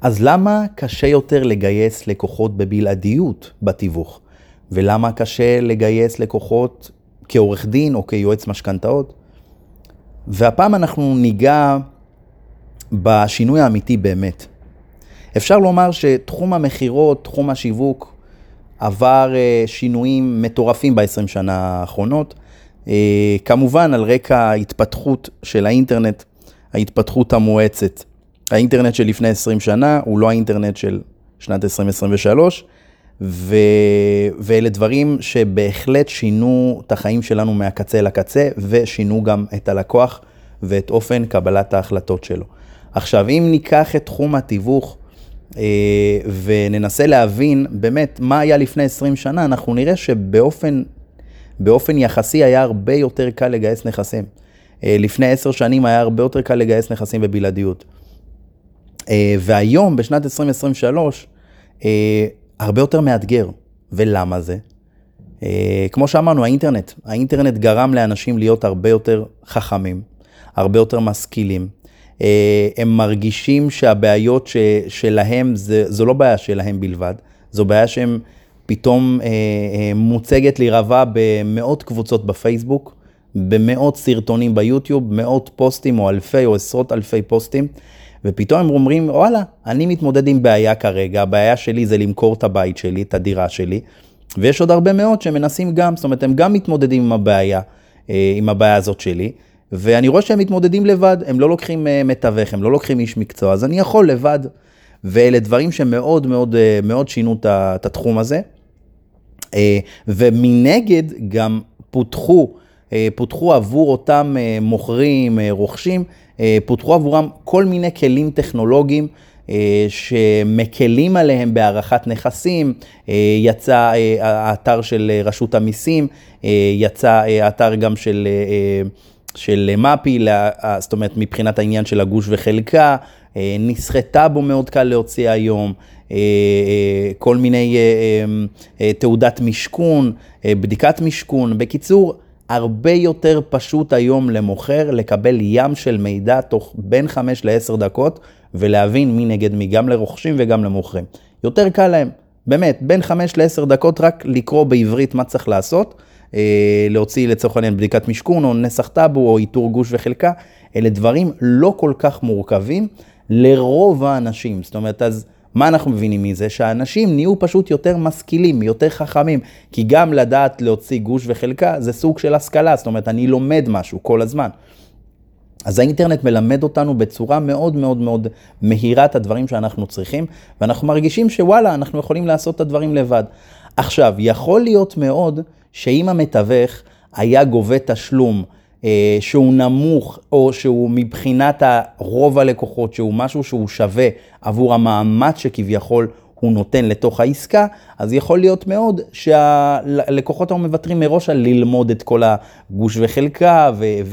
אז למה קשה יותר לגייס לקוחות בבלעדיות בתיווך? ולמה קשה לגייס לקוחות כעורך דין או כיועץ משכנתאות? והפעם אנחנו ניגע בשינוי האמיתי באמת. אפשר לומר שתחום המחירות, תחום השיווק, עבר שינויים מטורפים ב-20 שנה האחרונות. כמובן על רקע ההתפתחות של האינטרנט, ההתפתחות המואצת. האינטרנט של לפני 20 שנה הוא לא האינטרנט של שנת 2023, ואלה דברים שבהחלט שינו את החיים שלנו מהקצה לקצה, ושינו גם את הלקוח ואת אופן קבלת ההחלטות שלו. עכשיו, אם ניקח את תחום התיווך, וננסה להבין באמת מה היה לפני 20 שנה, אנחנו נראה שבאופן יחסי היה הרבה יותר קל לגייס נכסים. לפני 10 שנים היה הרבה יותר קל לגייס נכסים בבלעדיות. והיום, בשנת 2023, הרבה יותר מאתגר. ולמה זה? כמו שאמרנו, האינטרנט גרם לאנשים להיות הרבה יותר חכמים, הרבה יותר משכילים. הם מרגישים שהבעיות שלהם, זו לא בעיה שלהם בלבד, זו בעיה שהם פתאום מוצגת להירבה במאות קבוצות בפייסבוק, במאות סרטונים ביוטיוב, מאות פוסטים או אלפי או עשרות אלפי פוסטים, ופתאום הם אומרים, וואלה, אני מתמודד עם בעיה כרגע, הבעיה שלי זה למכור את הבית שלי, את הדירה שלי, ויש עוד הרבה מאוד שמנסים גם, זאת אומרת, הם גם מתמודדים עם הבעיה הזאת שלי, ואני רואה שהם מתמודדים לבד, הם לא לוקחים מתווך, הם לא לוקחים איש מקצוע, אז אני יכול לבד, ואלה דברים שמאוד מאוד מאוד שינו את התחום הזה, ומנגד גם פותחו עבור אותם מוכרים, רוכשים, פותחו עבורם כל מיני כלים טכנולוגיים, שמקלים עליהם בערכת נכסים, יצא האתר של רשות המיסים, יצא האתר גם של מפי, זאת אומרת מבחינת העניין של הגוש וחלקה, נסחי טאבו מאוד קל להוציא היום, כל מיני תעודת משכון, בדיקת משכון, בקיצור, הרבה יותר פשוט היום למוכר לקבל ים של מידע תוך בין 5 ל-10 דקות, ולהבין מי נגד מי, גם לרוכשים וגם למוכרים. יותר קל להם, באמת, בין 5 ל-10 דקות רק לקרוא בעברית מה צריך לעשות, להוציא לצורך העניין בדיקת משכון או נסח טאבו או איתור גוש וחלקה, אלה דברים לא כל כך מורכבים לרוב האנשים. זאת אומרת, אז מה אנחנו מבינים מזה? שהאנשים נהיו פשוט יותר משכילים, יותר חכמים, כי גם לדעת להוציא גוש וחלקה זה סוג של השכלה, זאת אומרת, אני לומד משהו כל הזמן. אז האינטרנט מלמד אותנו בצורה מאוד מאוד מאוד מהירה את הדברים שאנחנו צריכים, ואנחנו מרגישים שוואלה, אנחנו יכולים לעשות את הדברים לבד. עכשיו, יכול להיות מאוד שאם המתווך היה גובה תשלום שהוא נמוך, או שהוא מבחינת רוב הלקוחות, שהוא משהו שהוא שווה עבור המאמץ שכביכול הוא נותן לתוך העסקה, אז יכול להיות מאוד שהלקוחות הם מוותרים מראש על ללמוד את כל הגוש וחלקה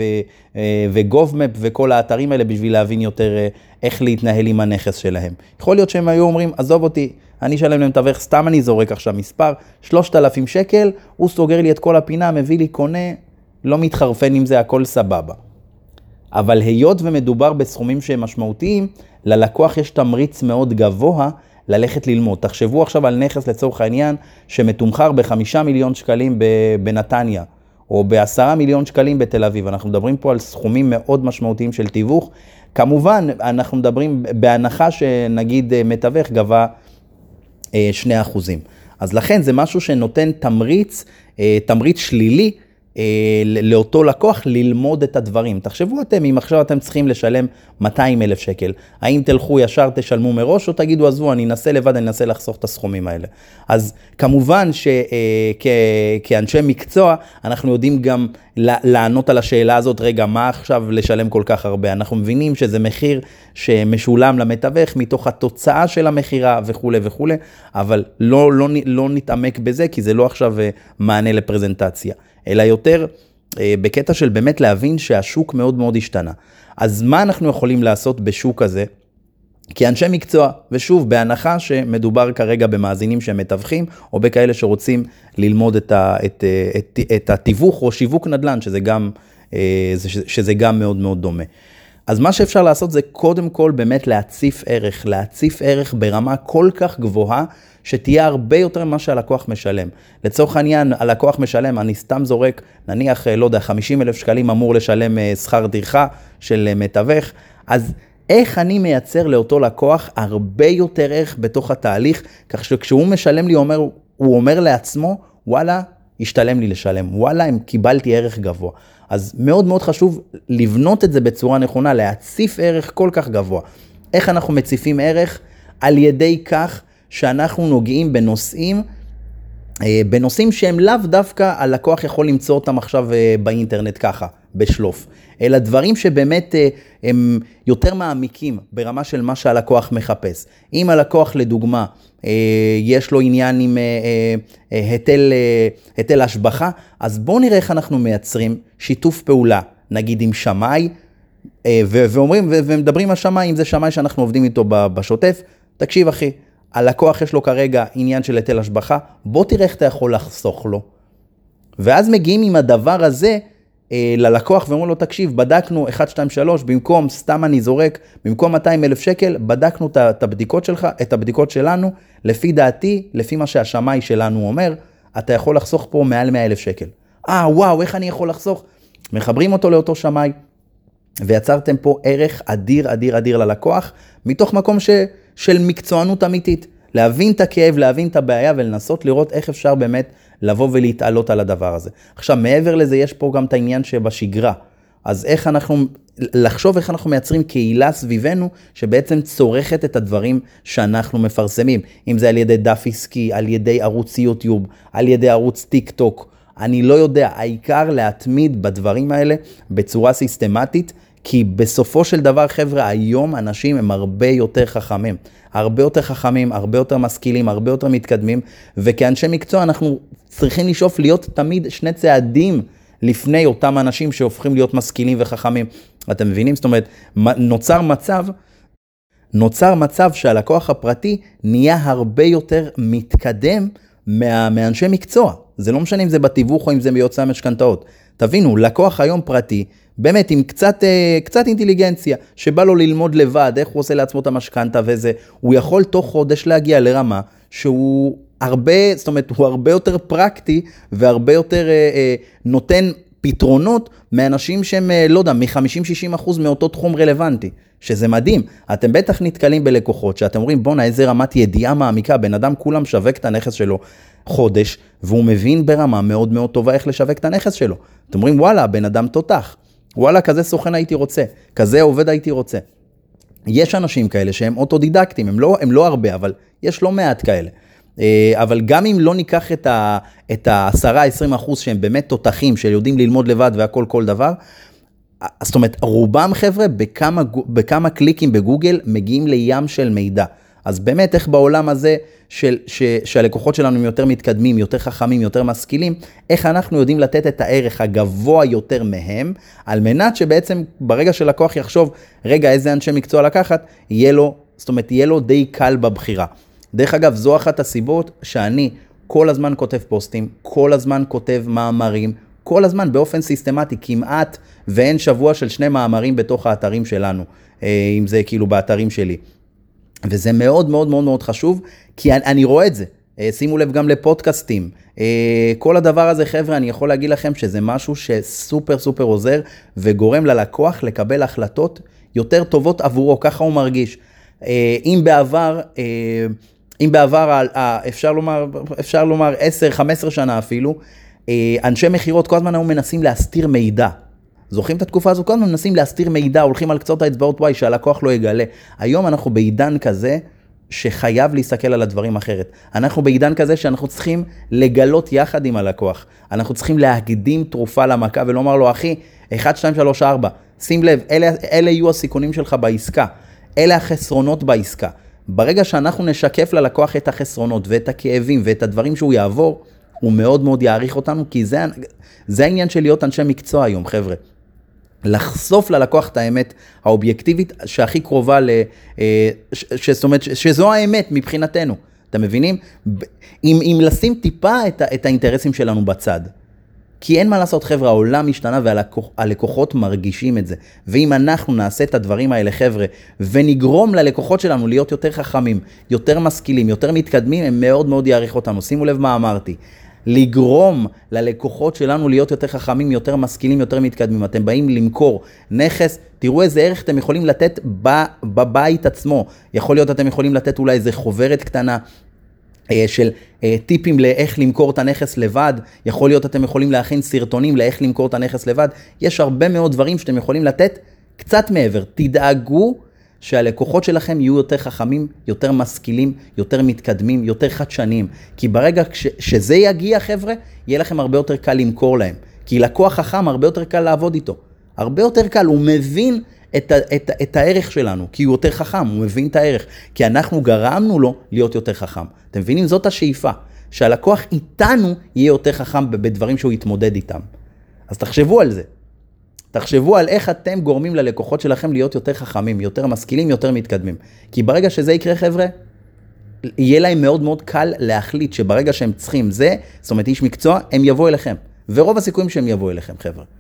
וגובמפ וכל האתרים האלה בשביל להבין יותר איך להתנהל עם הנכס שלהם. יכול להיות שהם היו אומרים, עזוב אותי, אני שלם למתווך, סתם אני זורק עכשיו מספר, 3,000 שקל, הוא סוגר לי את כל הפינה, מביא לי קונה, לא מתחרפן עם זה, הכל סבבה. אבל היות ומדובר בסכומים שהם משמעותיים, ללקוח יש תמריץ מאוד גבוה ללכת ללמוד. תחשבו עכשיו על נכס לצורך העניין שמתומחר ב5 מיליון שקלים בנתניה, או ב10 מיליון שקלים בתל אביב. אנחנו מדברים פה על סכומים מאוד משמעותיים של תיווך. כמובן, אנחנו מדברים בהנחה שנגיד מתווך גבה 2%. אז לכן זה משהו שנותן תמריץ שלילי, לאותו לקוח ללמוד את הדברים. תחשבו אתם, אם עכשיו אתם צריכים לשלם 200,000 שקל, האם תלכו ישר תשלמו מראש, או תגידו, עזבו, אני אנסה לבד, אני אנסה לחסוך את הסכומים האלה. אז כמובן שכאנשי מקצוע, אנחנו יודעים גם לענות על השאלה הזאת, רגע, מה עכשיו לשלם כל כך הרבה? אנחנו מבינים שזה מחיר שמשולם למתווך, מתוך התוצאה של המחירה וכו' וכו', אבל לא נתעמק בזה, כי זה לא עכשיו מענה לפרזנטציה. אלא יותר בקטע של באמת להבין שהשוק מאוד מאוד השתנה. אז מה אנחנו יכולים לעשות בשוק הזה? כאנשי מקצוע, ושוב, בהנחה שמדובר כרגע במאזינים שהם מתווכים, או בכאלה שרוצים ללמוד את התיווך או שיווק נדל"ן, שזה גם מאוד מאוד דומה. אז מה שאפשר לעשות זה קודם כל באמת להציף ערך ברמה כל כך גבוהה, שתהיה הרבה יותר ממה שהלקוח משלם. לצורך העניין, הלקוח משלם, אני סתם זורק, נניח, לא יודע, 50,000 שקלים אמור לשלם שכר דרכה של מתווך, אז איך אני מייצר לאותו לקוח הרבה יותר ערך בתוך התהליך, כך שכשהוא משלם לי, הוא אומר לעצמו, וואלה, השתלם לי לשלם, וואלה, קיבלתי ערך גבוה. אז מאוד מאוד חשוב לבנות את זה בצורה נכונה, להציף ערך כל כך גבוה. איך אנחנו מציפים ערך? על ידי כך שאנחנו נוגעים בנושאים שהם לאו דווקא הלקוח יכול למצוא אותם עכשיו באינטרנט ככה, בשלוף. אלא דברים שבאמת הם יותר מעמיקים ברמה של מה שהלקוח מחפש. אם הלקוח לדוגמה יש לו עניין עם היטל השבחה, אז בואו נראה איך אנחנו מייצרים שיתוף פעולה, נגיד עם שמאי, ומדברים על שמאי, אם זה שמאי שאנחנו עובדים איתו בשוטף, תקשיב אחי, הלקוח יש לו כרגע עניין של היטל השבחה, בוא תראה איך אתה יכול לחסוך לו. ואז מגיעים עם הדבר הזה ללקוח ואומרים לו, תקשיב, בדקנו 1, 2, 3, במקום, סתם אני זורק, במקום 200,000 שקל, בדקנו את הבדיקות שלך, את הבדיקות שלנו, לפי דעתי, לפי מה שהשמאי שלנו אומר, אתה יכול לחסוך פה מעל 100,000 שקל. וואו, איך אני יכול לחסוך? מחברים אותו לאותו שמאי, ויצרתם פה ערך אדיר, אדיר, אדיר ללקוח, מתוך מקום של מקצוענות אמיתית. להבין את הכאב, להבין את הבעיה, ולנסות לראות איך אפשר באמת לבוא ולהתעלות על הדבר הזה. עכשיו, מעבר לזה, יש פה גם את העניין שבשגרה. אז לחשוב איך אנחנו מייצרים קהילה סביבנו, שבעצם צורכת את הדברים שאנחנו מפרסמים. אם זה על ידי דף עסקי, על ידי ערוץ יוטיוב, על ידי ערוץ טיק טוק. אני לא יודע, העיקר להתמיד בדברים האלה בצורה סיסטמטית, כי בסופו של דבר, חבר'ה, היום אנשים הם הרבה יותר חכמים. הרבה יותר חכמים, הרבה יותר משכילים, הרבה יותר מתקדמים, וכאנשי מקצוע אנחנו צריכים לשאוף להיות תמיד 2 צעדים לפני אותם אנשים שהופכים להיות משכילים וחכמים. אתם מבינים? זאת אומרת, נוצר מצב שהלקוח הפרטי נהיה הרבה יותר מתקדם מאנשי מקצוע. זה לא משנה אם זה בתיווך או אם זה ביוצאי המשכנתאות. תבינו, לקוח היום פרטי, באמת עם קצת אינטליגנציה, שבא לו ללמוד לבד, איך הוא עושה לעצמו את המשכנתה וזה, הוא יכול תוך חודש להגיע לרמה שהוא הוא הרבה יותר פרקטי, והרבה יותר נותן פתרונות מאנשים שהם, לא יודע, מ-50-60% מאותו תחום רלוונטי, שזה מדהים. אתם בטח נתקלים בלקוחות, שאתם אומרים, בוא'נה, איזה רמת ידיעה מעמיקה, בן אדם כולם שווק את הנכס שלו חודש, והוא מבין ברמה מאוד מאוד טובה איך לשווק את הנכס שלו. אתם אומרים, וואלה, בן אדם תותח. וואלה, כזה סוכן הייתי רוצה, כזה עובד הייתי רוצה. יש אנשים כאלה שהם אוטודידקטים, הם לא הרבה, אבל יש לא מעט כאלה. אבל גם אם לא ניקח את ה-10-20% שהם באמת תותחים, שיודעים ללמוד לבד והכל כל דבר, זאת אומרת, רובם חבר'ה בכמה קליקים בגוגל מגיעים לים של מידע. אז באמת איך בעולם הזה שהלקוחות שלנו הם יותר מתקדמים, יותר חכמים, יותר משכילים, איך אנחנו יודעים לתת את הערך הגבוה יותר מהם, על מנת שבעצם ברגע שלקוח יחשוב, רגע, איזה אנשי מקצוע לקחת, יהיה לו די קל בבחירה. דרך אגב, זו אחת הסיבות שאני כל הזמן כותב פוסטים, כל הזמן כותב מאמרים, כל הזמן באופן סיסטמטי, כמעט ואין שבוע של 2 מאמרים בתוך האתרים שלנו, אם זה כאילו באתרים שלי. וזה מאוד מאוד מאוד מאוד חשוב, כי אני רואה את זה. שימו לב גם לפודקאסטים. כל הדבר הזה, חבר'ה, אני יכול להגיד לכם שזה משהו שסופר סופר עוזר, וגורם ללקוח לקבל החלטות יותר טובות עבורו, ככה הוא מרגיש. אם בעבר אפשר לומר 10-15 שנה אפילו, אנשי מחירות כל הזמן היו מנסים להסתיר מידע. זוכרים את התקופה הזו? כל הזמן מנסים להסתיר מידע, הולכים על קצות האצבעות וואי, שהלקוח לא יגלה. היום אנחנו בעידן כזה שחייב להסתכל על הדברים אחרת. אנחנו בעידן כזה שאנחנו צריכים לגלות יחד עם הלקוח. אנחנו צריכים להקדים תרופה למכה ולומר לו, אחי, 1, 2, 3, 4, שים לב, אלה יהיו הסיכונים שלך בעסקה. אלה החסרונות בעסקה. ברגע שאנחנו נשקף ללקוח את החסרונות ואת הכאבים ואת הדברים שהוא יעבור, הוא מאוד מאוד יעריך אותנו, כי זה העניין של להיות אנשי מקצוע היום, חבר'ה. לחשוף ללקוח את האמת האובייקטיבית שהכי קרובה זאת אומרת, שזו האמת מבחינתנו. אתם מבינים? אם לשים טיפה את האינטרסים שלנו בצד. כי אין מה לעשות, חבר'ה, העולם השתנה והלקוחות מרגישים את זה. ואם אנחנו נעשה את הדברים האלה, חבר'ה, ונגרום ללקוחות שלנו להיות יותר חכמים, יותר משכילים, יותר מתקדמים, הם מאוד מאוד יעריך אותנו. שימו לב מה אמרתי. לגרום ללקוחות שלנו להיות יותר חכמים, יותר משכילים, יותר מתקדמים. אתם באים למכור נכס, תראו איזה ערך אתם יכולים לתת בבית עצמו. יכול להיות אתם יכולים לתת אולי איזה חוברת קטנה, של טיפים לאיך למכור את הנכס לבד, יכול להיות אתם יכולים להכין סרטונים לאיך למכור את הנכס לבד, יש הרבה מאוד דברים שאתם יכולים לתת קצת מעבר. תדאגו שהלקוחות שלכם יהיו יותר חכמים, יותר משכילים, יותר מתקדמים, יותר חדשניים, כי ברגע שזה יגיע, חבר'ה, יהיה לכם הרבה יותר קל למכור להם, כי לקוח חכם הרבה יותר קל לעבוד איתו, הרבה יותר קל, הוא מבין את הערך שלנו, כי הוא יותר חכם, הוא מבין את הערך, כי אנחנו גרמנו לו להיות יותר חכם. אתם מבינים? זאת השאיפה, שהלקוח איתנו יהיה יותר חכם בדברים שהוא יתמודד איתם. אז תחשבו על זה. תחשבו על איך אתם גורמים ללקוחות שלכם להיות יותר חכמים, יותר משכילים, יותר מתקדמים. כי ברגע שזה יקרה, חבר'ה, יהיה להם מאוד מאוד קל להחליט שברגע שהם צריכים זה, זאת אומרת איש מקצוע, הם יבואו אליכם. ורוב הסיכויים שהם יבואו אליכם, חבר'ה.